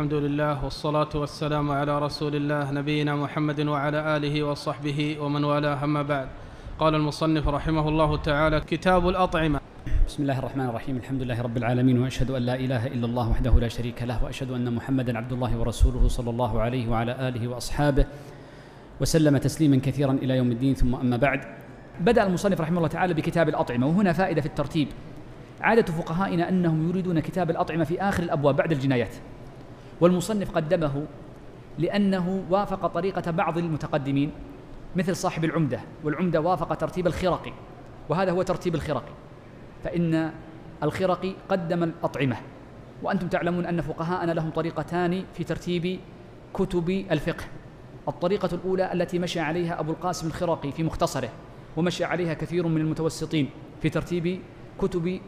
الحمد لله والصلاة والسلام على رسول الله نبينا محمد وعلى آله وصحبه ومن والاه، أما بعد. قال المصنف رحمه الله تعالى: كتاب الأطعمة. بسم الله الرحمن الرحيم. الحمد لله رب العالمين، وأشهد أن لا إله إلا الله وحده لا شريك له، وأشهد أن محمدا عبد الله ورسوله صلى الله عليه وعلى آله وأصحابه وسلم تسليما كثيرا إلى يوم الدين. ثم أما بعد، بدأ المصنف رحمه الله تعالى بكتاب الأطعمة، وهنا فائدة في الترتيب. عادة فقهائنا أنهم يريدون كتاب الأطعمة في آخر الأبواب بعد الجنايات، والمصنف قدمه لأنه وافق طريقة بعض المتقدمين مثل صاحب العمدة، والعمدة وافق ترتيب الخرقي، وهذا هو ترتيب الخرقي، فإن الخرقي قدم الأطعمة. وأنتم تعلمون أن فقهاءنا لهم طريقتان في ترتيب كتب الفقه. الطريقة الأولى التي مشى عليها أبو القاسم الخرقي في مختصره، ومشى عليها كثير من المتوسطين في ترتيب كتب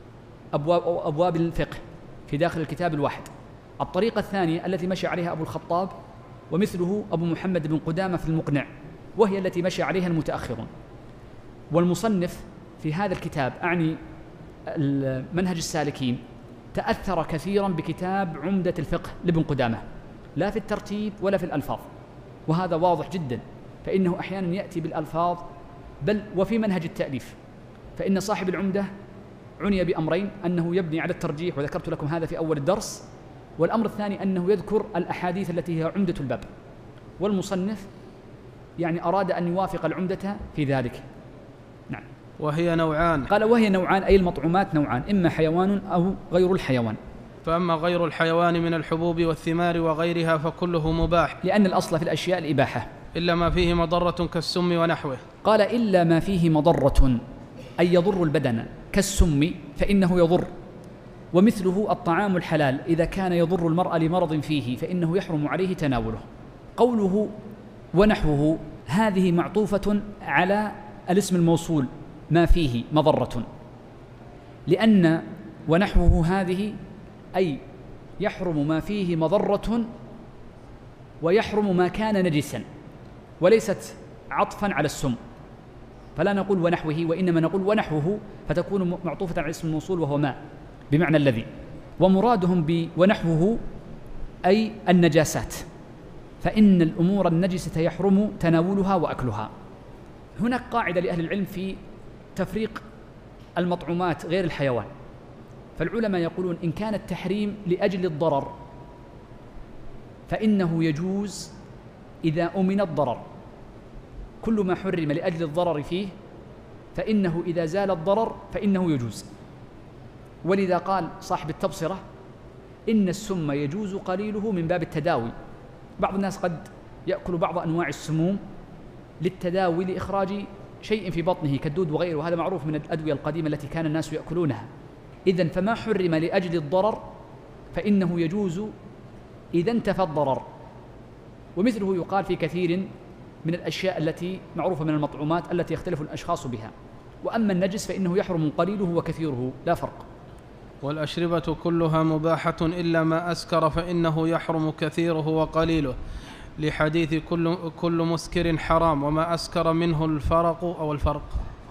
أبواب الفقه في داخل الكتاب الواحد. الطريقة الثانية التي مشى عليها أبو الخطاب ومثله أبو محمد بن قدامة في المقنع، وهي التي مشى عليها المتأخرون. والمصنف في هذا الكتاب، أعني منهج السالكين، تأثر كثيرا بكتاب عمدة الفقه لابن قدامة، لا في الترتيب ولا في الألفاظ، وهذا واضح جدا، فإنه أحيانا يأتي بالألفاظ بل وفي منهج التأليف. فإن صاحب العمدة عني بأمرين: أنه يبني على الترجيح، وذكرت لكم هذا في أول الدرس، والأمر الثاني أنه يذكر الأحاديث التي هي عمدة الباب. والمصنف يعني أراد أن يوافق العمدة في ذلك. نعم. وهي نوعان. قال: وهي نوعان، أي المطعومات نوعان، إما حيوان أو غير الحيوان. فأما غير الحيوان من الحبوب والثمار وغيرها فكله مباح، لأن الأصل في الأشياء الإباحة، إلا ما فيه مضرة كالسم ونحوه. قال: إلا ما فيه مضرة، أي يضر البدن، كالسم فإنه يضر، ومثله الطعام الحلال إذا كان يضر المرء لمرض فيه فإنه يحرم عليه تناوله. قوله ونحوه هذه معطوفة على الاسم الموصول ما فيه مضرة، لأن ونحوه هذه أي يحرم ما فيه مضرة ويحرم ما كان نجسا، وليست عطفا على السم، فلا نقول ونحوه وإنما نقول ونحوه، فتكون معطوفة على اسم الموصول وهو ما بمعنى الذي. ومرادهم بونحوه أي النجاسات، فإن الأمور النجسة يحرم تناولها وأكلها. هناك قاعدة لأهل العلم في تفريق المطعومات غير الحيوان، فالعلماء يقولون: إن كان التحريم لأجل الضرر فإنه يجوز إذا أمن الضرر، كل ما حرم لأجل الضرر فيه فإنه إذا زال الضرر فإنه يجوز. ولذا قال صاحب التبصرة: إن السم يجوز قليله من باب التداوي. بعض الناس قد يأكل بعض أنواع السموم للتداوي لإخراج شيء في بطنه كالدود وغيره، وهذا معروف من الأدوية القديمة التي كان الناس يأكلونها. إذن فما حرم لأجل الضرر فإنه يجوز إذا انتفى الضرر. ومثله يقال في كثير من الأشياء التي معروفة من المطعومات التي يختلف الأشخاص بها. وأما النجس فإنه يحرم قليله وكثيره، لا فرق. والأشربة كلها مباحة إلا ما أسكر فإنه يحرم كثيره وقليله، لحديث كل مسكر حرام، وما أسكر منه الفرق أو الفرق،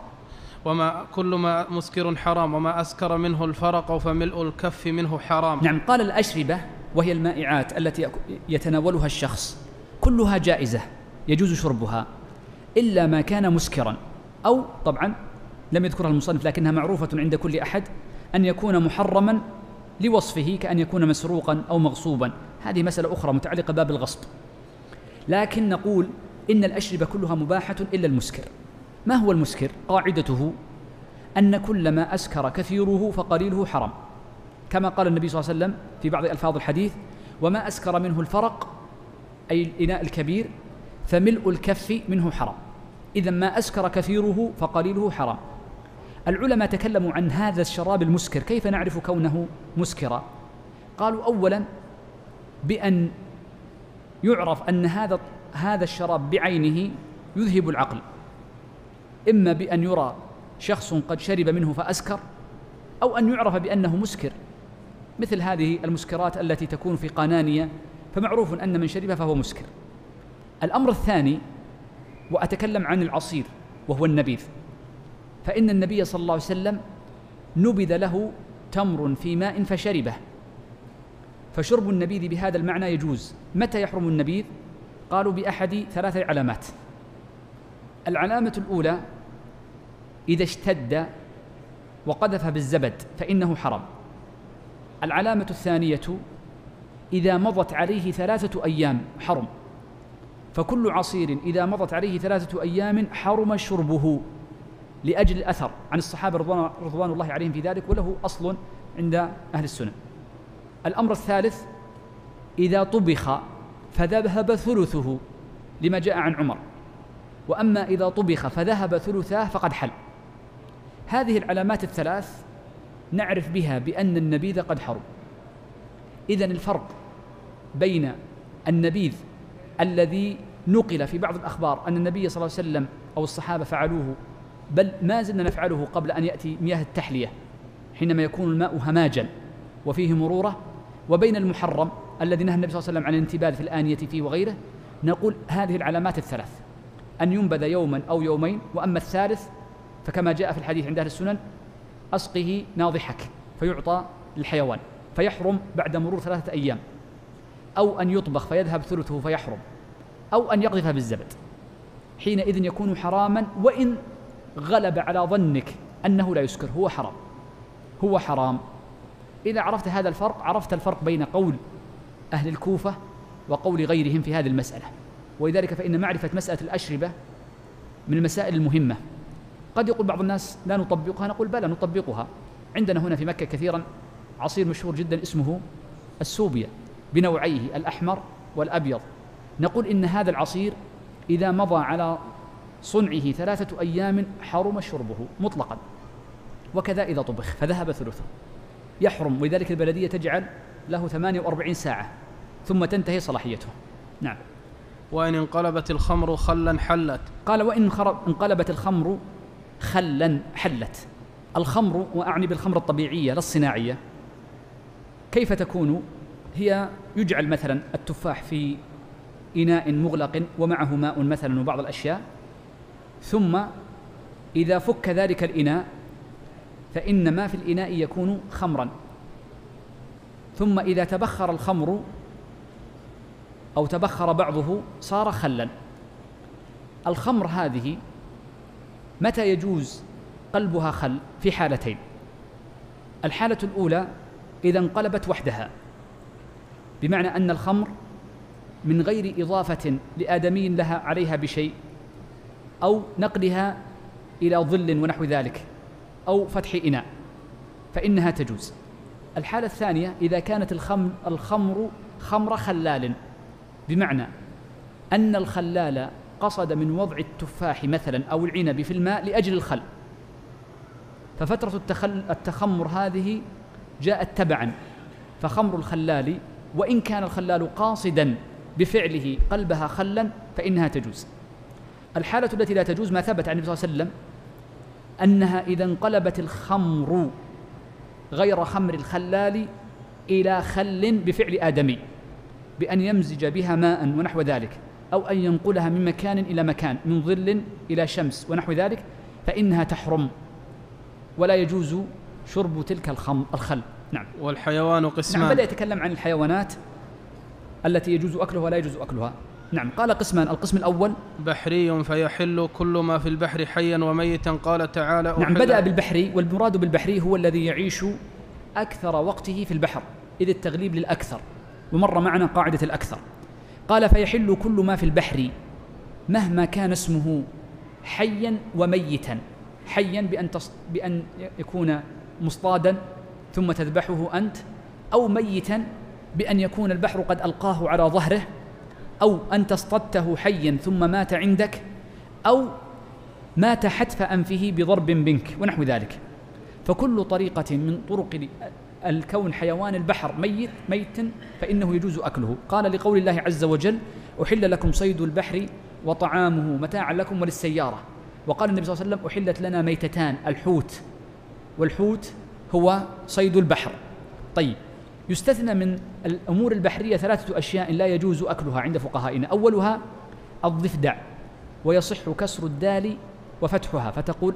كل ما مسكر حرام وما أسكر منه الفرق فملء الكف منه حرام. نعم. قال: الأشربة وهي المائعات التي يتناولها الشخص كلها جائزة يجوز شربها، إلا ما كان مسكرا، أو طبعا لم يذكرها المصنف لكنها معروفة عند كل أحد، أن يكون محرما لوصفه، كأن يكون مسروقا أو مغصوبا، هذه مسألة أخرى متعلقة باب الغصب. لكن نقول إن الأشربة كلها مباحة إلا المسكر. ما هو المسكر؟ قاعدته أن كل ما أسكر كثيره فقليله حرام، كما قال النبي صلى الله عليه وسلم في بعض ألفاظ الحديث: وما أسكر منه الفرق أي الإناء الكبير فملء الكف منه حرام. إذا ما أسكر كثيره فقليله حرام. العلماء تكلموا عن هذا الشراب المسكر، كيف نعرف كونه مسكرا؟ قالوا: أولا بأن يعرف أن هذا الشراب بعينه يذهب العقل، إما بأن يرى شخص قد شرب منه فأسكر، أو أن يعرف بأنه مسكر، مثل هذه المسكرات التي تكون في قانانية، فمعروف أن من شرب فهو مسكر. الأمر الثاني، وأتكلم عن العصير وهو النبيذ، فإن النبي صلى الله عليه وسلم نبذ له تمر في ماء فشربه، فشرب النبيذ بهذا المعنى يجوز. متى يحرم النبيذ؟ قالوا بأحد 3 علامات. العلامة الأولى إذا اشتد وقذف بالزبد فإنه حرام. العلامة الثانية إذا مضت عليه 3 أيام حرم، فكل عصير إذا مضت عليه 3 أيام حرم شربه لأجل الأثر عن الصحابة رضوان الله عليهم في ذلك، وله أصل عند أهل السنة. الأمر الثالث إذا طبخ فذهب ثلثه لما جاء عن عمر، وأما إذا طبخ فذهب ثلثاه فقد حل. هذه العلامات ال3 نعرف بها بأن النبيذ قد حرم. إذن الفرق بين النبيذ الذي نقل في بعض الأخبار أن النبي صلى الله عليه وسلم أو الصحابة فعلوه، بل ما زلنا نفعله قبل أن يأتي مياه التحلية حينما يكون الماء هماجا وفيه مرورة، وبين المحرم الذي نهى النبي صلى الله عليه وسلم عن الانتباذ في الآنية فيه وغيره، نقول هذه العلامات ال3 أن ينبذ يوما أو يومين، وأما الثالث فكما جاء في الحديث عند أهل السنن أسقه ناضحك فيعطى للحيوان فيحرم بعد مرور 3 أيام، أو أن يطبخ فيذهب ثلثه فيحرم، أو أن يقذف بالزبد، حينئذ يكون حراما. وإن غلب على ظنك أنه لا يسكر هو حرام. إذا عرفت هذا الفرق عرفت الفرق بين قول أهل الكوفة وقول غيرهم في هذه المسألة. ولذلك فإن معرفة مسألة الأشربة من المسائل المهمة. قد يقول بعض الناس لا نطبقها، نقول بلى نطبقها. عندنا هنا في مكة كثيرا عصير مشهور جدا اسمه السوبيا بنوعيه الأحمر والأبيض، نقول إن هذا العصير إذا مضى على صنعه 3 أيام حرم شربه مطلقا، وكذا إذا طبخ فذهب ثلثه يحرم. ولذلك البلدية تجعل له 48 ساعة ثم تنتهي صلاحيته. نعم. وإن انقلبت الخمر خلا حلت. قال وإن انقلبت الخمر خلا حلت. الخمر، وأعني بالخمر الطبيعية لا الصناعية، كيف تكون؟ هي يجعل مثلا التفاح في إناء مغلق ومعه ماء مثلا وبعض الأشياء، ثم إذا فك ذلك الإناء فإن ما في الإناء يكون خمرا، ثم إذا تبخر الخمر أو تبخر بعضه صار خلا. الخمر هذه متى يجوز قلبها خل؟ في حالتين. الحالة الأولى إذا انقلبت وحدها، بمعنى أن الخمر من غير إضافة لآدمي لها عليها بشيء، أو نقلها إلى ظل ونحو ذلك، أو فتح إناء، فإنها تجوز. الحالة الثانية إذا كانت الخمر خمر خلال، بمعنى أن الخلال قصد من وضع التفاح مثلا أو العنب في الماء لأجل الخل، ففترة التخمر هذه جاءت تبعا، فخمر الخلال وإن كان الخلال قاصدا بفعله قلبها خلا فإنها تجوز. الحالة التي لا تجوز ما ثبت عن النبي صلى الله عليه وسلم أنها إذا انقلبت الخمر غير خمر الخلال إلى خل بفعل آدمي، بأن يمزج بها ماء ونحو ذلك، أو أن ينقلها من مكان إلى مكان، من ظل إلى شمس ونحو ذلك، فإنها تحرم ولا يجوز شرب تلك الخل. نعم. والحيوان قسمان. نعم، بدأ يتكلم عن الحيوانات التي يجوز أكلها ولا يجوز أكلها. نعم. قال قسمان: القسم الأول بحري فيحل كل ما في البحر حيا وميتا. قال تعالى: نعم، بدأ بالبحري، والمراد بالبحري هو الذي يعيش أكثر وقته في البحر، إذ التغليب للأكثر، ومر معنا قاعدة الأكثر. قال: فيحل كل ما في البحر مهما كان اسمه حيا وميتا. حيا بأن يكون مصطادا ثم تذبحه أنت، أو ميتا بأن يكون البحر قد ألقاه على ظهره، أو أنت اصطدته حيا ثم مات عندك، أو مات حتف أنفه بضرب منك ونحو ذلك. فكل طريقة من طرق الكون حيوان البحر ميت فإنه يجوز أكله. قال لقول الله عز وجل: أحل لكم صيد البحر وطعامه متاعا لكم وللسيارة. وقال النبي صلى الله عليه وسلم: أحلت لنا ميتتان، الحوت، والحوت هو صيد البحر. طيب، يستثنى من الأمور البحرية 3 أشياء لا يجوز أكلها عند فقهائنا. أولها الضفدع، ويصح كسر الدال وفتحها فتقول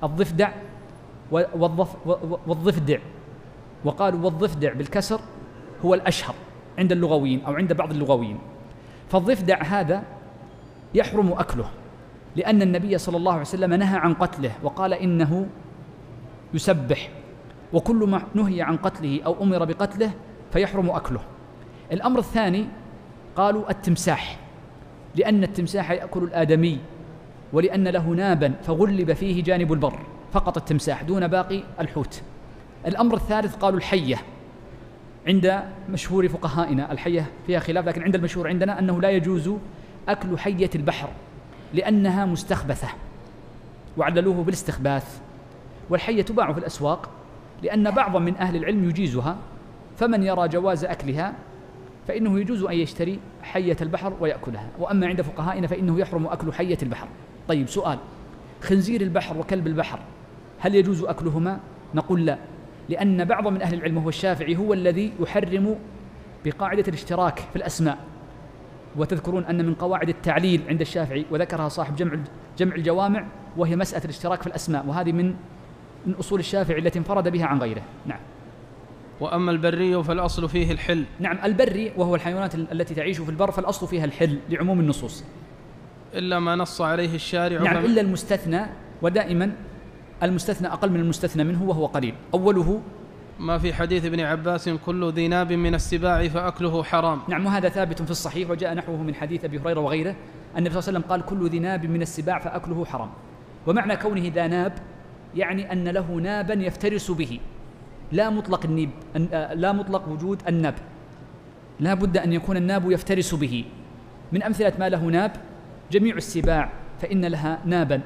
الضفدع والضفدع، وقالوا والضفدع بالكسر هو الأشهر عند اللغويين أو عند بعض اللغويين. فالضفدع هذا يحرم أكله، لأن النبي صلى الله عليه وسلم نهى عن قتله وقال إنه يسبح، وكل ما نهي عن قتله أو أمر بقتله فيحرم أكله. الأمر الثاني قالوا التمساح، لأن التمساح يأكل الآدمي، ولأن له نابا فغلب فيه جانب البر، فقط التمساح دون باقي الحوت. الأمر الثالث قالوا الحية، عند مشهور فقهائنا الحية فيها خلاف، لكن عند المشهور عندنا أنه لا يجوز أكل حية البحر لأنها مستخبثة، وعللوه بالاستخباث. والحية تباع في الأسواق لأن بعضا من أهل العلم يجيزها، فمن يرى جواز أكلها فإنه يجوز أن يشتري حية البحر ويأكلها. وأما عند فقهائنا فإنه يحرم أكل حية البحر. طيب سؤال، خنزير البحر وكلب البحر هل يجوز أكلهما؟ نقول لا، لأن بعض من أهل العلم وهو الشافعي هو الذي يحرم بقاعدة الاشتراك في الأسماء. وتذكرون أن من قواعد التعليل عند الشافعي، وذكرها صاحب جمع الجوامع، وهي مسألة الاشتراك في الأسماء، وهذه من أصول الشافعي التي انفرد بها عن غيره. نعم. وأما البري فالأصل فيه الحل. نعم، البري وهو الحيوانات التي تعيش في البر فالأصل فيها الحل لعموم النصوص، إلا ما نص عليه الشارع. نعم، إلا المستثنى، ودائما المستثنى أقل من المستثنى منه وهو قليل. أوله ما في حديث ابن عباس كل ذي ناب من السباع فأكله حرام. نعم، وهذا ثابت في الصحيح، وجاء نحوه من حديث أبي هريرة وغيره. النبي صلى الله عليه وسلم قال كل ذي ناب من السباع فأكله حرام. ومعنى كونه ذا ناب يعني أن له نابا يفترس به، لا مطلق النيب، لا مطلق وجود الناب، لا بد أن يكون الناب يفترس به. من أمثلة ما له ناب جميع السباع فإن لها نابا،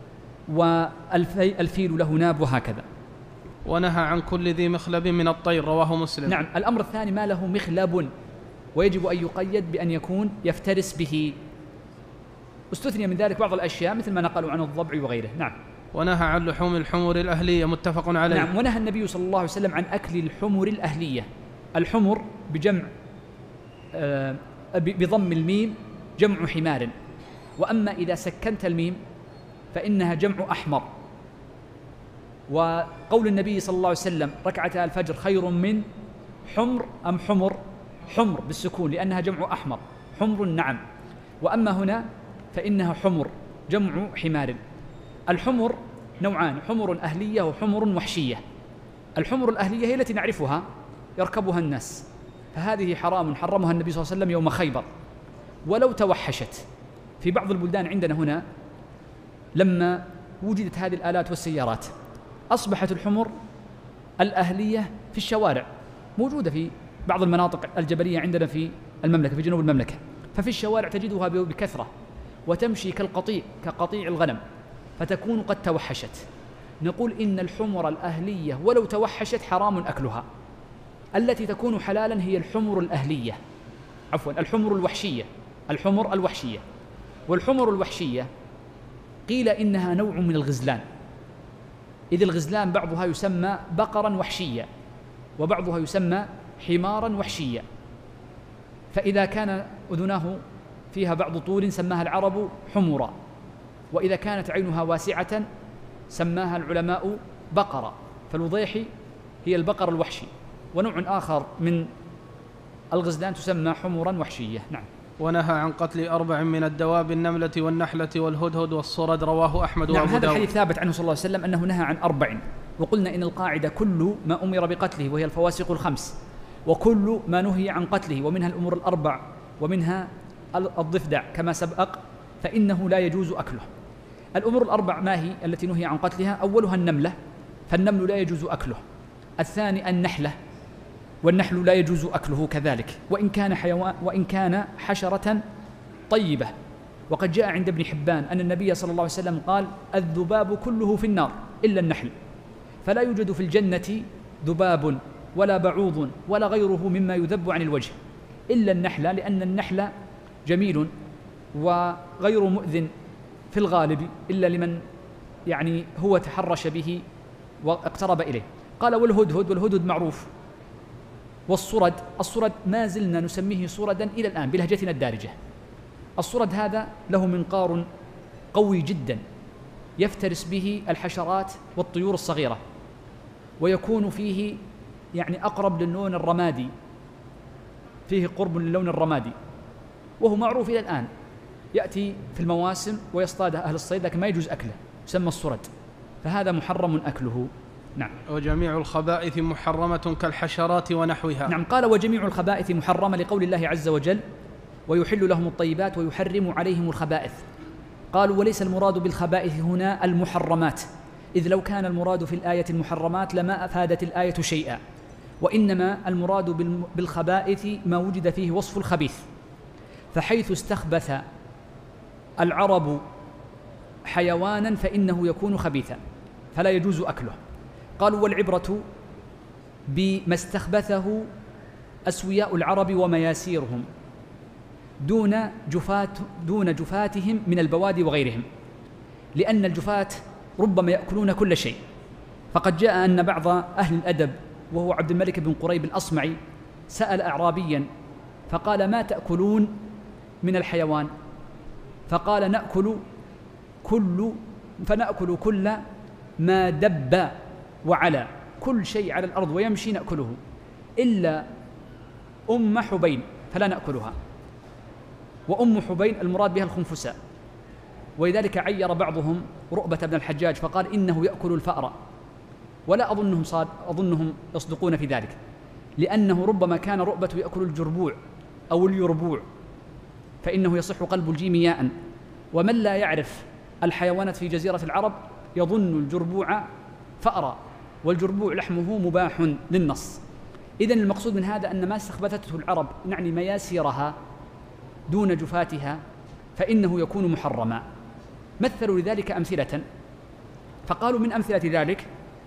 والفيل له ناب، وهكذا. ونهى عن كل ذي مخلب من الطير، رواه مسلم. نعم. الأمر الثاني ما له مخلب، ويجب أن يقيد بأن يكون يفترس به. استثني من ذلك بعض الأشياء مثل ما نقلوا عن الضبع وغيره. نعم. ونهى عن لحوم الحمر الأهلية، متفق عليه. نعم. ونهى النبي صلى الله عليه وسلم عن أكل الحمر الأهلية. الحمر بجمع بضم الميم جمع حمار، وأما إذا سكنت الميم فإنها جمع أحمر. وقول النبي صلى الله عليه وسلم ركعتا الفجر خير من حمر أم حمر؟ حمر بالسكون لأنها جمع أحمر، حمر. نعم. وأما هنا فإنها حمر جمع حمار. الحمر نوعان، حمر أهلية وحمر وحشية. الحمر الأهلية هي التي نعرفها يركبها الناس، فهذه حرام حرمها النبي صلى الله عليه وسلم يوم خيبر. ولو توحشت في بعض البلدان عندنا هنا لما وجدت هذه الآلات والسيارات أصبحت الحمر الأهلية في الشوارع موجودة في بعض المناطق الجبلية عندنا في المملكة، في جنوب المملكة، ففي الشوارع تجدها بكثرة وتمشي كقطيع الغنم، فتكون قد توحشت. نقول إن الحمر الأهلية ولو توحشت حرام أكلها. التي تكون حلالا هي الحمر الأهلية، عفوا الحمر الوحشية. الحمر الوحشية، والحمر الوحشية قيل إنها نوع من الغزلان، إذ الغزلان بعضها يسمى بقرا وحشيا وبعضها يسمى حمارا وحشيا. فإذا كان أذناه فيها بعض طول سماها العرب حمرا، وإذا كانت عينها واسعة سماها العلماء بقرة. فالوضيحي هي البقر الوحشي، ونوع آخر من الغزلان تسمى حمرا وحشية. نعم. ونهى عن قتل 4 من الدواب، النملة والنحلة والهدهد والصرد، رواه أحمد وأبو داود. هذا الحديث ثابت عنه صلى الله عليه وسلم أنه نهى عن 4، وقلنا إن القاعدة كل ما أمر بقتله وهي الفواسق الخمس، وكل ما نهي عن قتله ومنها الأمور الأربع ومنها الضفدع كما سبق فإنه لا يجوز أكله. الأمور الأربع ما هي التي نهي عن قتلها؟ أولها النملة، فالنمل لا يجوز أكله. الثاني النحلة، والنحل لا يجوز أكله كذلك، وإن كان حشرة طيبة. وقد جاء عند ابن حبان أن النبي صلى الله عليه وسلم قال الذباب كله في النار إلا النحل، فلا يوجد في الجنة ذباب ولا بعوض ولا غيره مما يذب عن الوجه إلا النحل، لأن النحل جميل وغير مؤذن في الغالب إلا لمن يعني هو تحرش به واقترب إليه. قال والهدهد، والهدهد معروف. والصرد، الصرد ما زلنا نسميه صردا إلى الآن بلهجتنا الدارجة. الصرد هذا له منقار قوي جدا يفترس به الحشرات والطيور الصغيرة، ويكون فيه يعني أقرب للون الرمادي فيه قرب للون الرمادي، وهو معروف إلى الآن، يأتي في المواسم ويصطاده أهل الصيد، لكن ما يجوز أكله، يسمى الصرد، فهذا محرم أكله. نعم. وجميع الخبائث محرمة كالحشرات ونحوها. نعم. قال وجميع الخبائث محرمة لقول الله عز وجل ويحل لهم الطيبات ويحرم عليهم الخبائث. قالوا وليس المراد بالخبائث هنا المحرمات، إذ لو كان المراد في الآية المحرمات لما أفادت الآية شيئا، وإنما المراد بالخبائث ما وجد فيه وصف الخبيث، فحيث استخبث العرب حيوانا فإنه يكون خبيثا فلا يجوز أكله. قالوا والعبرة بما استخبثه أسوياء العرب ومياسيرهم دون جفاتهم من البوادي وغيرهم، لأن الجفاة ربما يأكلون كل شيء. فقد جاء أن بعض أهل الأدب وهو عبد الملك بن قريب الأصمعي سأل أعرابيا فقال ما تأكلون من الحيوان؟ فقال نأكل كل ما دب وعلى، كل شيء على الأرض ويمشي نأكله إلا أم حبين فلا نأكلها. وأم حبين المراد بها الخنفساء، ولذلك عير بعضهم رؤبة بن الحجاج فقال إنه يأكل الفأر، ولا أظنهم يصدقون في ذلك، لأنه ربما كان رؤبة يأكل الجربوع أو اليربوع، فإنه يصح قلب الجيم ياء، ومن لا يعرف الحيوانات في جزيرة العرب يظن الجربوع فأرا، والجربوع لحمه مباح للنص. إذن المقصود من هذا أن ما استخبثته العرب نعني مياسيرها دون جفاتها فإنه يكون محرما. مثلوا لذلك أمثلة، فقالوا من أمثلة ذلك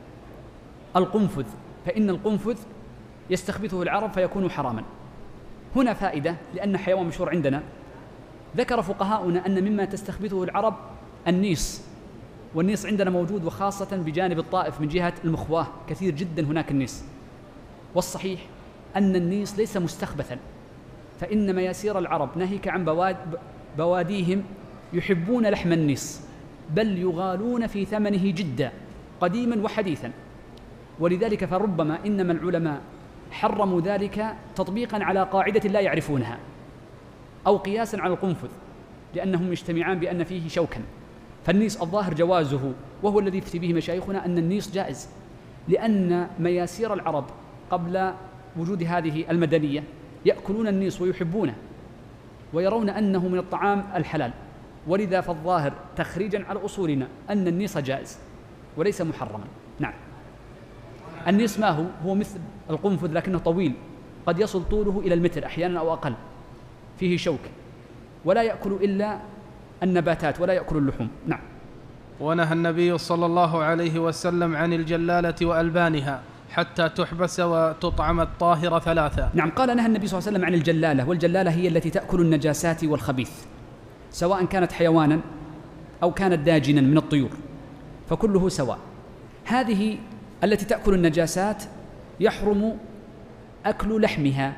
القنفذ، فإن القنفذ يستخبثه العرب فيكون حراما. هنا فائدة، لأن حيوان مشهور عندنا، ذكر فقهاؤنا أن مما تستخبثه العرب النيس، والنيس عندنا موجود، وخاصة بجانب الطائف من جهة المخواه كثير جدا هناك النيس. والصحيح أن النيس ليس مستخبثا، فإن مياسير العرب ناهيك عن بواديهم يحبون لحم النيس، بل يغالون في ثمنه جدا قديما وحديثا. ولذلك فربما إنما العلماء حرموا ذلك تطبيقا على قاعدة لا يعرفونها أو قياسا على القنفذ، لأنهم يجتمعان بأن فيه شوكا. فالنيس الظاهر جوازه، وهو الذي يفتي به مشايخنا أن النيس جائز، لأن مياسير العرب قبل وجود هذه المدنية يأكلون النيس ويحبونه ويرون أنه من الطعام الحلال، ولذا فالظاهر تخريجا على أصولنا أن النيس جائز وليس محرما. نعم. النيس ما هو مثل القنفذ لكنه طويل، قد يصل طوله إلى المتر أحيانا أو أقل، فيه شوك، ولا يأكل إلا النباتات ولا يأكل اللحوم. نعم. ونهى النبي صلى الله عليه وسلم عن الجلالة وألبانها حتى تحبس وتطعم الطاهر ثلاثا. نعم. قال نهى النبي صلى الله عليه وسلم عن الجلالة، والجلالة هي التي تأكل النجاسات والخبيث، سواء كانت حيوانا أو كانت داجنا من الطيور، فكله سواء. هذه التي تأكل النجاسات يحرم أكل لحمها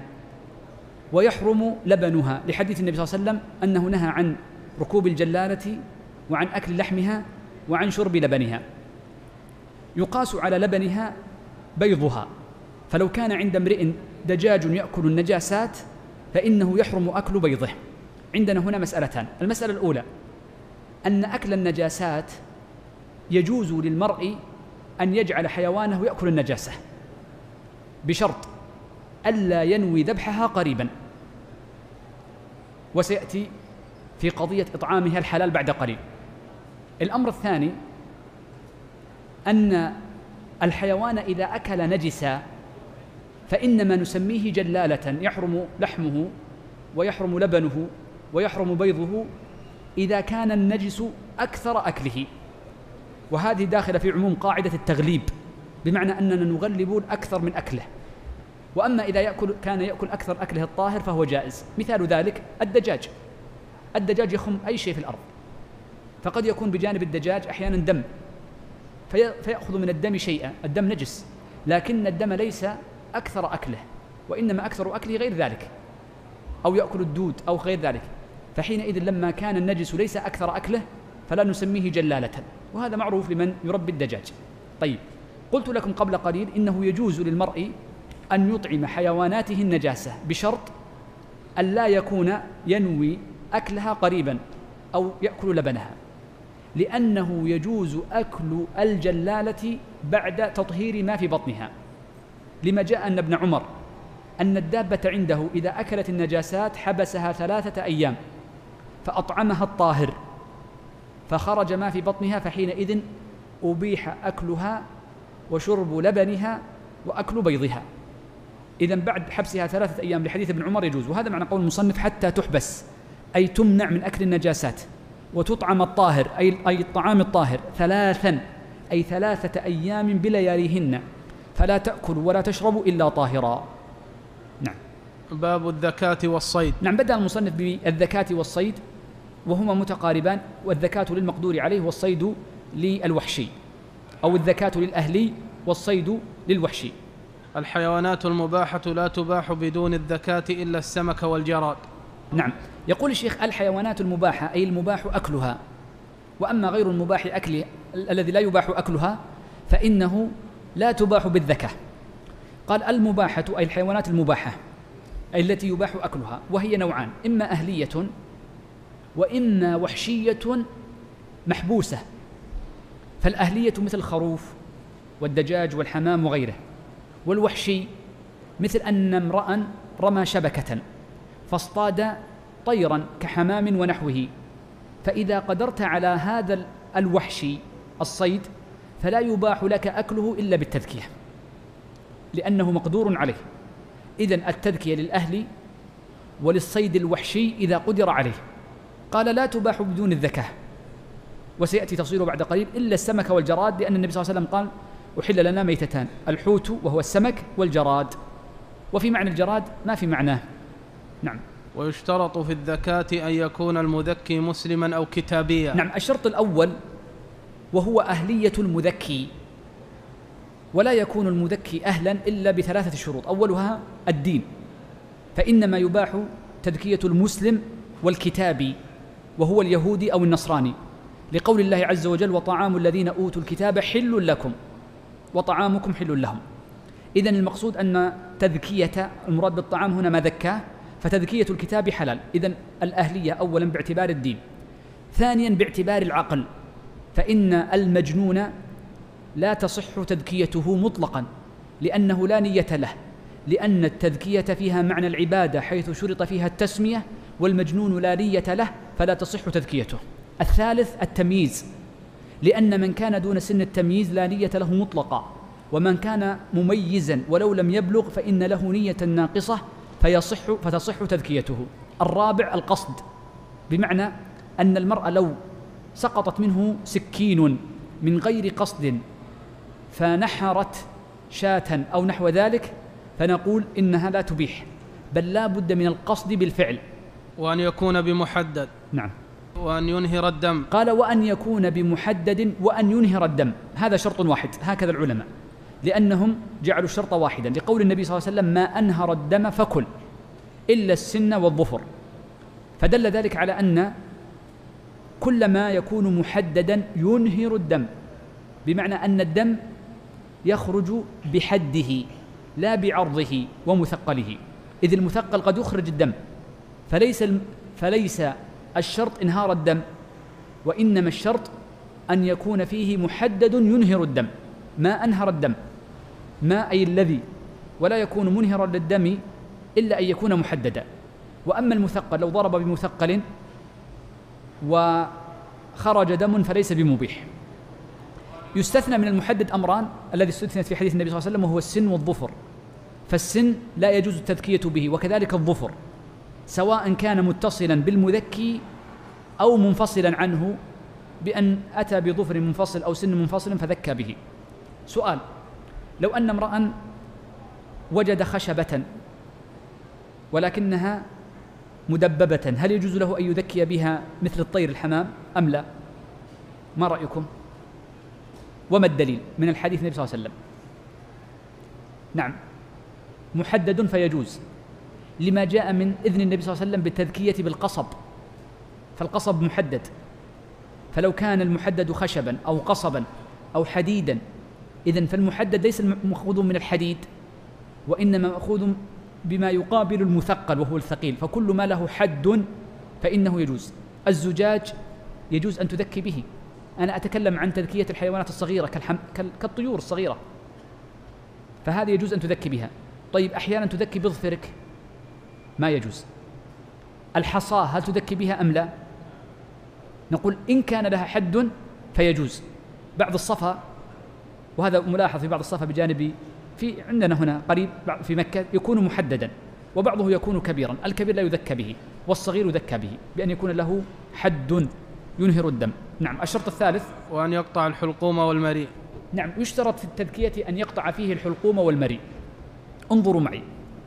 ويحرم لبنها، لحديث النبي صلى الله عليه وسلم أنه نهى عن ركوب الجلالة وعن أكل لحمها وعن شرب لبنها. يقاس على لبنها بيضها، فلو كان عند امرئ دجاج يأكل النجاسات فإنه يحرم أكل بيضه. عندنا هنا مسألتان. المسألة الأولى أن أكل النجاسات يجوز للمرء أن يجعل حيوانه يأكل النجاسة بشرط ألا ينوي ذبحها قريبا، وسيأتي في قضية إطعامها الحلال بعد قليل. الأمر الثاني أن الحيوان إذا أكل نجسا فإنما نسميه جلالة، يحرم لحمه ويحرم لبنه ويحرم بيضه إذا كان النجس أكثر أكله، وهذه داخلة في عموم قاعدة التغليب، بمعنى أننا نغلب الأكثر من أكله. وأما إذا كان يأكل أكثر أكله الطاهر فهو جائز. مثال ذلك الدجاج يخم أي شيء في الأرض، فقد يكون بجانب الدجاج أحيانا دم فيأخذ من الدم شيئا، الدم نجس، لكن الدم ليس أكثر أكله، وإنما أكثر أكله غير ذلك، أو يأكل الدود أو غير ذلك، فحينئذ لما كان النجس ليس أكثر أكله فلا نسميه جلالة، وهذا معروف لمن يربي الدجاج. طيب، قلت لكم قبل قليل إنه يجوز للمرء أن يطعم حيواناته النجاسة بشرط ألا يكون ينوي أكلها قريبا أو يأكل لبنها، لأنه يجوز أكل الجلالة بعد تطهير ما في بطنها، لما جاء أن ابن عمر أن الدابة عنده إذا أكلت النجاسات حبسها 3 أيام فأطعمها الطاهر فخرج ما في بطنها، فحينئذ أبيح أكلها وشرب لبنها وأكل بيضها. إذن بعد حبسها 3 أيام لحديث ابن عمر يجوز، وهذا معنى قول المصنف حتى تحبس، أي تمنع من أكل النجاسات وتطعم الطاهر أي الطعام الطاهر 3 أي 3 أيام بلياليهن، فلا تأكل ولا تشرب إلا طاهرا. نعم. باب الذكاة والصيد. نعم، بدأ المصنف بالذكاة والصيد وهما متقاربان، والذكاة للمقدور عليه والصيد للوحشي، أو الذكاة للأهلي والصيد للوحشي. الحيوانات المباحة لا تباح بدون الذكاة إلا السمك والجراد. نعم، يقول الشيخ الحيوانات المباحة أي المباح أكلها، وأما غير المباح أكله الذي لا يباح أكلها فإنه لا تباح بالذكاة. قال المباحة أي الحيوانات المباحة أي التي يباح أكلها، وهي نوعان: إما أهلية وإما وحشية محبوسة. فالأهلية مثل الخروف والدجاج والحمام وغيره، والوحشي مثل أن امرأ رمى شبكة فاصطاد طيرا كحمام ونحوه، فإذا قدرت على هذا الوحشي الصيد فلا يباح لك أكله إلا بالتذكية لأنه مقدور عليه. إذن التذكية للأهل وللصيد الوحشي إذا قدر عليه. قال لا تباح بدون الذكاة، وسيأتي تفصيله بعد قريب، إلا السمك والجراد، لأن النبي صلى الله عليه وسلم قال أحل لنا ميتتان: الحوت وهو السمك والجراد، وفي معنى الجراد ما في معناه. نعم. ويشترط في الذكاة أن يكون المذكي مسلما أو كتابيا. نعم، الشرط الأول وهو أهلية المذكي، ولا يكون المذكي أهلا إلا ب3 شروط. أولها الدين، فإنما يباح تذكية المسلم والكتابي وهو اليهودي أو النصراني، لقول الله عز وجل: وطعام الذين أوتوا الكتاب حل لكم وطعامكم حل لهم. إذن المقصود أن تذكية المراد بالطعام هنا ما ذكاه، فتذكية الكتاب حلال. إذن الأهلية أولا باعتبار الدين، ثانيا باعتبار العقل، فإن المجنون لا تصح تذكيته مطلقا لأنه لا نية له، لأن التذكية فيها معنى العبادة حيث شرط فيها التسمية، والمجنون لا نية له فلا تصح تذكيته. الثالث التمييز، لأن من كان دون سن التمييز لا نية له مطلقا، ومن كان مميزا ولو لم يبلغ فإن له نية ناقصة فتصح تذكيته. الرابع القصد، بمعنى أن المرء لو سقطت منه سكين من غير قصد فنحرت شاة أو نحو ذلك فنقول إنها لا تبيح، بل لا بد من القصد بالفعل. وأن يكون بمحدد. نعم. وأن ينهر الدم. قال وأن يكون بمحدد وأن ينهر الدم، هذا شرط واحد، هكذا العلماء، لأنهم جعلوا الشرط واحدا لقول النبي صلى الله عليه وسلم: ما أنهر الدم فكل إلا السن والظفر. فدل ذلك على أن كل ما يكون محددا ينهر الدم، بمعنى أن الدم يخرج بحده لا بعرضه ومثقله، إذ المثقل قد يخرج الدم، فليس الشرط إنهار الدم، وإنما الشرط أن يكون فيه محدد ينهر الدم. ما أنهر الدم، ما أي الذي، ولا يكون منهرا للدم إلا أن يكون محددا. وأما المثقل لو ضرب بمثقل وخرج دم فليس بمبيح. يستثنى من المحدد أمران الذي استثنت في حديث النبي صلى الله عليه وسلم، وهو السن والظفر. فالسن لا يجوز التذكية به، وكذلك الظفر، سواء كان متصلا بالمذكي أو منفصلا عنه بأن أتى بظفر منفصل أو سن منفصل فذكى به. سؤال: لو أن امرأ وجد خشبة ولكنها مدببة، هل يجوز له أن يذكي بها مثل الطير الحمام أم لا؟ ما رأيكم؟ وما الدليل من الحديث النبي صلى الله عليه وسلم؟ نعم، محدد فيجوز، لما جاء من إذن النبي صلى الله عليه وسلم بالتذكية بالقصب، فالقصب محدد، فلو كان المحدد خشبا أو قصبا أو حديدا، إذن فالمحدد ليس مأخوذ من الحديد، وإنما مأخوذ بما يقابل المثقل وهو الثقيل، فكل ما له حد فإنه يجوز. الزجاج يجوز أن تذكي به. أنا أتكلم عن تذكية الحيوانات الصغيرة كالطيور الصغيرة، فهذه يجوز أن تذكي بها. طيب أحيانا تذكي بظفرك، ما يجوز. الحصاة هل تذكي بها أم لا؟ نقول إن كان لها حد فيجوز. بعض الصفا، وهذا ملاحظ في بعض الصفا بجانب في عندنا هنا قريب في مكة، يكون محددا، وبعضه يكون كبيرا. الكبير لا يذكى به، والصغير يذكى به بأن يكون له حد ينهر الدم. نعم. الشرط الثالث وأن يقطع الحلقوم والمريء. نعم، يشترط في التذكية أن يقطع فيه الحلقوم والمريء. انظروا معي،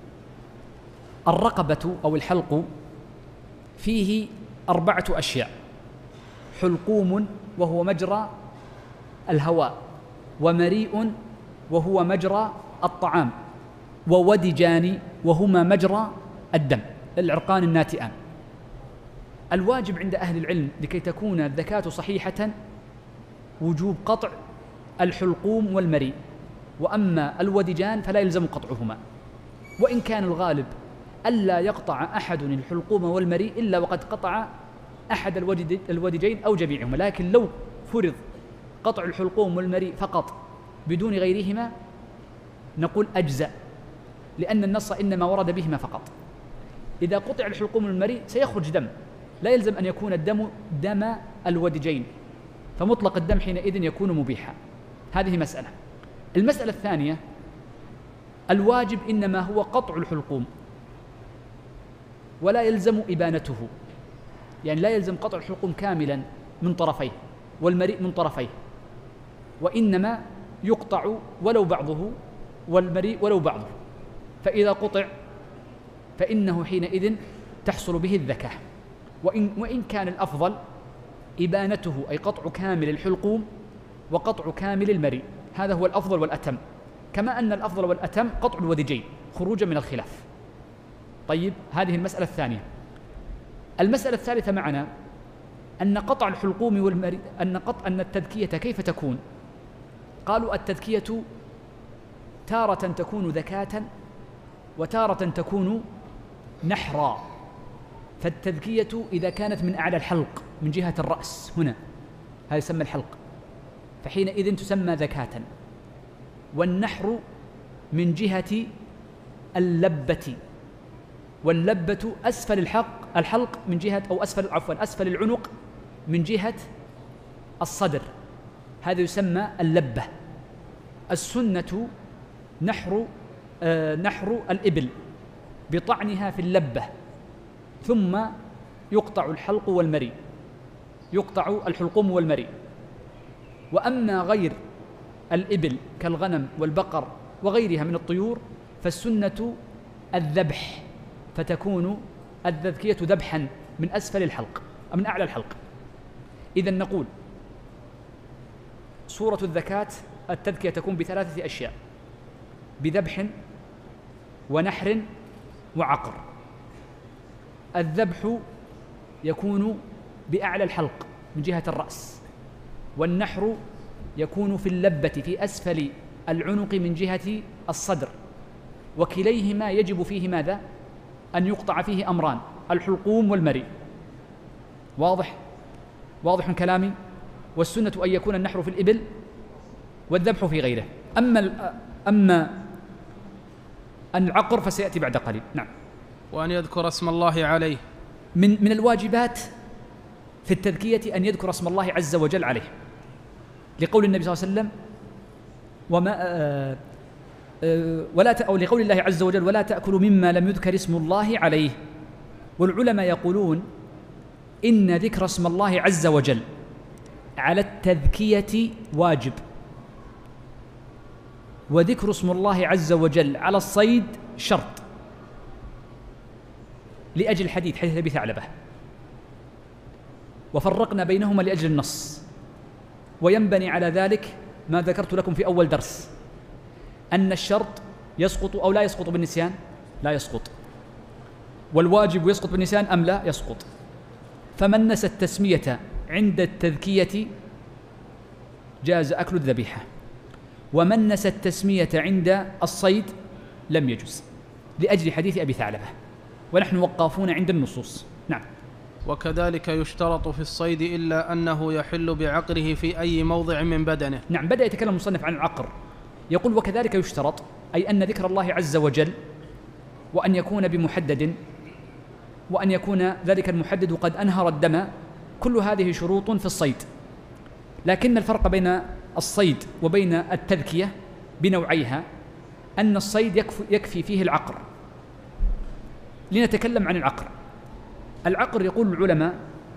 الرقبة أو الحلق فيه 4 أشياء: حلقوم وهو مجرى الهواء، ومريء وهو مجرى الطعام، وودجان وهما مجرى الدم، العرقان الناتئان. الواجب عند أهل العلم لكي تكون الذكاة صحيحة وجوب قطع الحلقوم والمريء، وأما الودجان فلا يلزم قطعهما، وإن كان الغالب ألا يقطع أحد الحلقوم والمريء إلا وقد قطع أحد الودجين أو جميعهما. لكن لو فرض قطع الحلقوم والمريء فقط بدون غيرهما نقول أجزأ، لأن النص إنما ورد بهما فقط. إذا قطع الحلقوم والمريء سيخرج دم، لا يلزم أن يكون الدم دم الودجين، فمطلق الدم حينئذ يكون مبيحا. هذه مسألة. المسألة الثانية، الواجب إنما هو قطع الحلقوم ولا يلزم إبانته، يعني لا يلزم قطع الحلقوم كاملا من طرفيه والمريء من طرفيه، وإنما يقطع ولو بعضه والمريء ولو بعضه، فإذا قطع فإنه حينئذ تحصل به الذكاة. وإن كان الأفضل إبانته، أي قطع كامل الحلقوم وقطع كامل المريء، هذا هو الأفضل والأتم، كما أن الأفضل والأتم قطع الودجين خروجا من الخلاف. طيب، هذه المسألة الثانية. المسألة الثالثة معنا أن قطع الحلقوم والمريء، أن التذكية كيف تكون؟ قالوا التذكية تارة تكون ذكاة وتارة تكون نحرا. فالتذكية إذا كانت من أعلى الحلق من جهة الرأس هنا، هذا يسمى الحلق، فحينئذ تسمى ذكاة. والنحر من جهة اللبة، واللبة أسفل الحلق من جهة، أو أسفل العنق من جهة الصدر، هذا يسمى اللبة. السنة نحر الإبل بطعنها في اللبة، ثم يقطع الحلق والمريء، يقطع الحلقوم والمريء. وأما غير الإبل كالغنم والبقر وغيرها من الطيور فالسنة الذبح، فتكون التذكية ذبحا من أسفل الحلق أو من أعلى الحلق. إذن نقول صورة الذكاة التذكية تكون ب3 أشياء: بذبح ونحر وعقر. الذبح يكون بأعلى الحلق من جهة الرأس، والنحر يكون في اللبة في أسفل العنق من جهة الصدر، وكليهما يجب فيه ماذا؟ أن يقطع فيه أمران: الحلقوم والمريء. واضح كلامي؟ والسنة أن يكون النحر في الإبل والذبح في غيره. أما العقر فسيأتي بعد قليل. نعم. وأن يذكر اسم الله عليه. من الواجبات في التذكية أن يذكر اسم الله عز وجل عليه، لقول النبي صلى الله عليه وسلم أو لقول الله عز وجل: ولا تأكلوا مما لم يذكر اسم الله عليه. والعلماء يقولون إن ذكر اسم الله عز وجل على التذكية واجب، وذكر اسم الله عز وجل على الصيد شرط، لأجل حديث أبي ثعلبة، وفرقنا بينهما لأجل النص. وينبني على ذلك ما ذكرت لكم في أول درس، أن الشرط يسقط أو لا يسقط بالنسيان؟ لا يسقط. والواجب يسقط بالنسيان أم لا؟ يسقط. فمن نسى التسمية عند التذكية جاز أكل الذبيحة، ومن نسى التسمية عند الصيد لم يجوز. لأجل حديث أبي ثعلبة، ونحن وقافون عند النصوص. نعم. وكذلك يشترط في الصيد إلا أنه يحل بعقره في أي موضع من بدنه. نعم، بدأ يتكلم المصنف عن العقر، يقول وكذلك يشترط، أي أن ذكر الله عز وجل وأن يكون بمحدد، وأن يكون ذلك المحدد قد أنهر الدم، كل هذه شروط في الصيد. لكن الفرق بين الصيد وبين التذكية بنوعيها أن الصيد يكفي فيه العقر. لنتكلم عن العقر. العقر يقول العلماء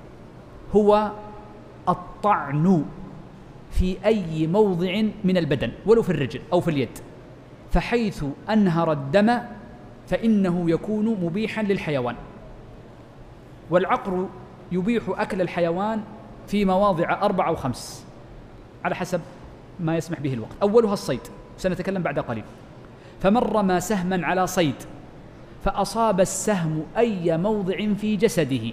هو الطعن في أي موضع من البدن ولو في الرجل أو في اليد، فحيث أنهر الدم فإنه يكون مبيحا للحيوان. والعقر يبيح أكل الحيوان في مواضع 4 أو 5 على حسب ما يسمح به الوقت. أولها الصيد، سنتكلم بعد قليل. فمن رمى سهما على صيد فأصاب السهم أي موضع في جسده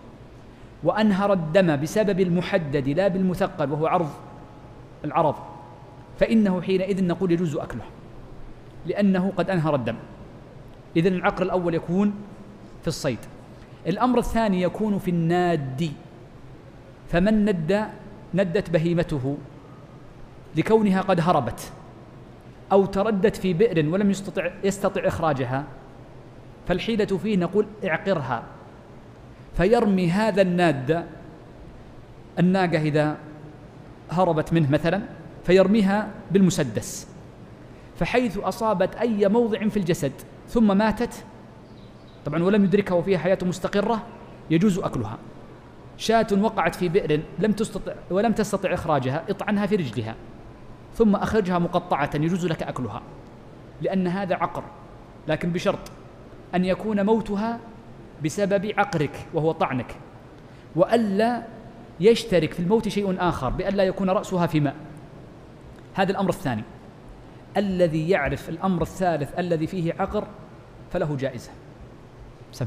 وأنهر الدم بسبب المحدد لا بالمثقل وهو عرض العرض، فإنه حينئذ نقول يجوز أكله لأنه قد أنهر الدم. إذن العقر الأول يكون في الصيد. الأمر الثاني يكون في الناد، فمن ندت بهيمته لكونها قد هربت أو تردت في بئر ولم يستطع إخراجها، فالحيلة فيه نقول اعقرها، فيرمي هذا الناد الناقة إذا هربت منه مثلا فيرميها بالمسدس، فحيث أصابت أي موضع في الجسد ثم ماتت طبعا ولم يدركها وفيها حياة مستقرة يجوز أكلها. شاة وقعت في بئر ولم تستطع إخراجها، اطعنها في رجلها ثم أخرجها مقطعة، يجوز لك أكلها لأن هذا عقر، لكن بشرط أن يكون موتها بسبب عقرك وهو طعنك، وألا يشترك في الموت شيء آخر بألا يكون رأسها في ماء. هذا الأمر الثاني. الذي يعرف الأمر الثالث الذي فيه عقر فله جائزة. سم.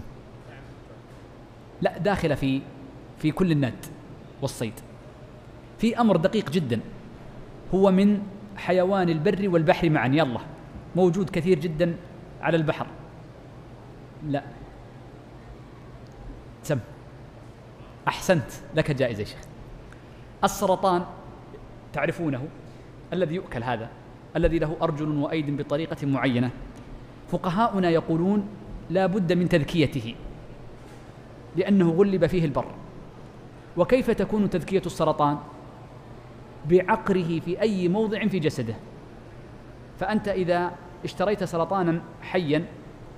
لا، داخل في كل الناد والصيد. في أمر دقيق جدا هو من حيوان البر والبحر معا، يلا موجود كثير جدا على البحر. لا، سم. أحسنت، لك جائزة يا شيخ. السرطان تعرفونه، الذي يؤكل هذا الذي له أرجل وأيد بطريقة معينة، فقهاؤنا يقولون لا بد من تذكيته لأنه غلب فيه البر. وكيف تكون تذكية السرطان؟ بعقره في أي موضع في جسده. فأنت إذا اشتريت سرطانا حيا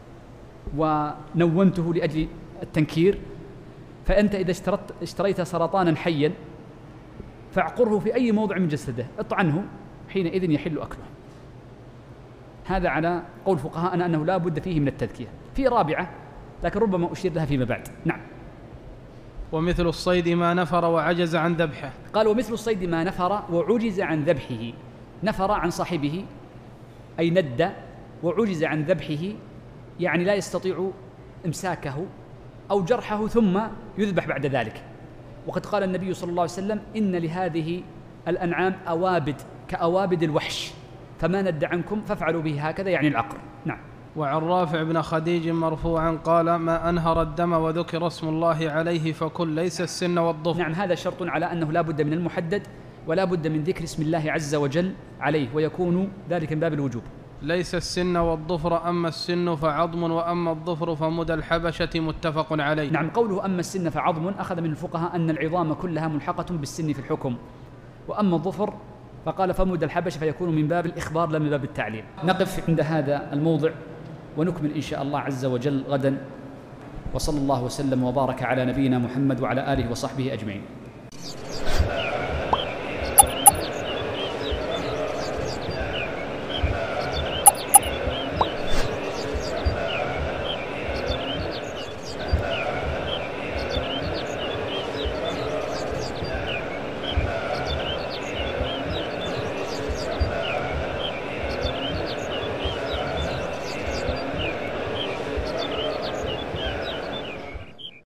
ونونته لأجل التنكير، فأنت إذا اشتريت سرطانا حيا فاعقره في أي موضع من جسده، اطعنه، حينئذ يحل أكله. هذا على قول فقهاءنا أنه لا بد فيه من التذكية. في رابعة لكن ربما أشير لها فيما بعد. نعم. ومثل الصيد ما نفر وعجز عن ذبحه. قال ومثل الصيد ما نفر وعجز عن ذبحه. نفر عن صاحبه أي ند، وعجز عن ذبحه يعني لا يستطيع إمساكه أو جرحه ثم يذبح بعد ذلك. وقد قال النبي صلى الله عليه وسلم إن لهذه الأنعام أوابد كأوابد الوحش، فما ند عنكم فافعلوا به هكذا، يعني العقر. نعم. وعن رافع بن خديج مرفوعا قال ما أنهر الدم وذكر اسم الله عليه فكل، ليس السن والظفر. نعم، هذا شرط على أنه لا بد من المحدد ولا بد من ذكر اسم الله عز وجل عليه، ويكون ذلك من باب الوجوب. ليس السن والظفر، أما السن فعظم وأما الظفر فمدى الحبشة، متفق عليه. نعم، قوله أما السن فعظم أخذ من الفقهاء أن العظام كلها ملحقة بالسن في الحكم، وأما الظفر فقال فمدى الحبشة فيكون من باب الإخبار لا من باب التعليل. نقف عند هذا الموضع ونكمل إن شاء الله عز وجل غدا، وصلى الله وسلم وبارك على نبينا محمد وعلى آله وصحبه أجمعين.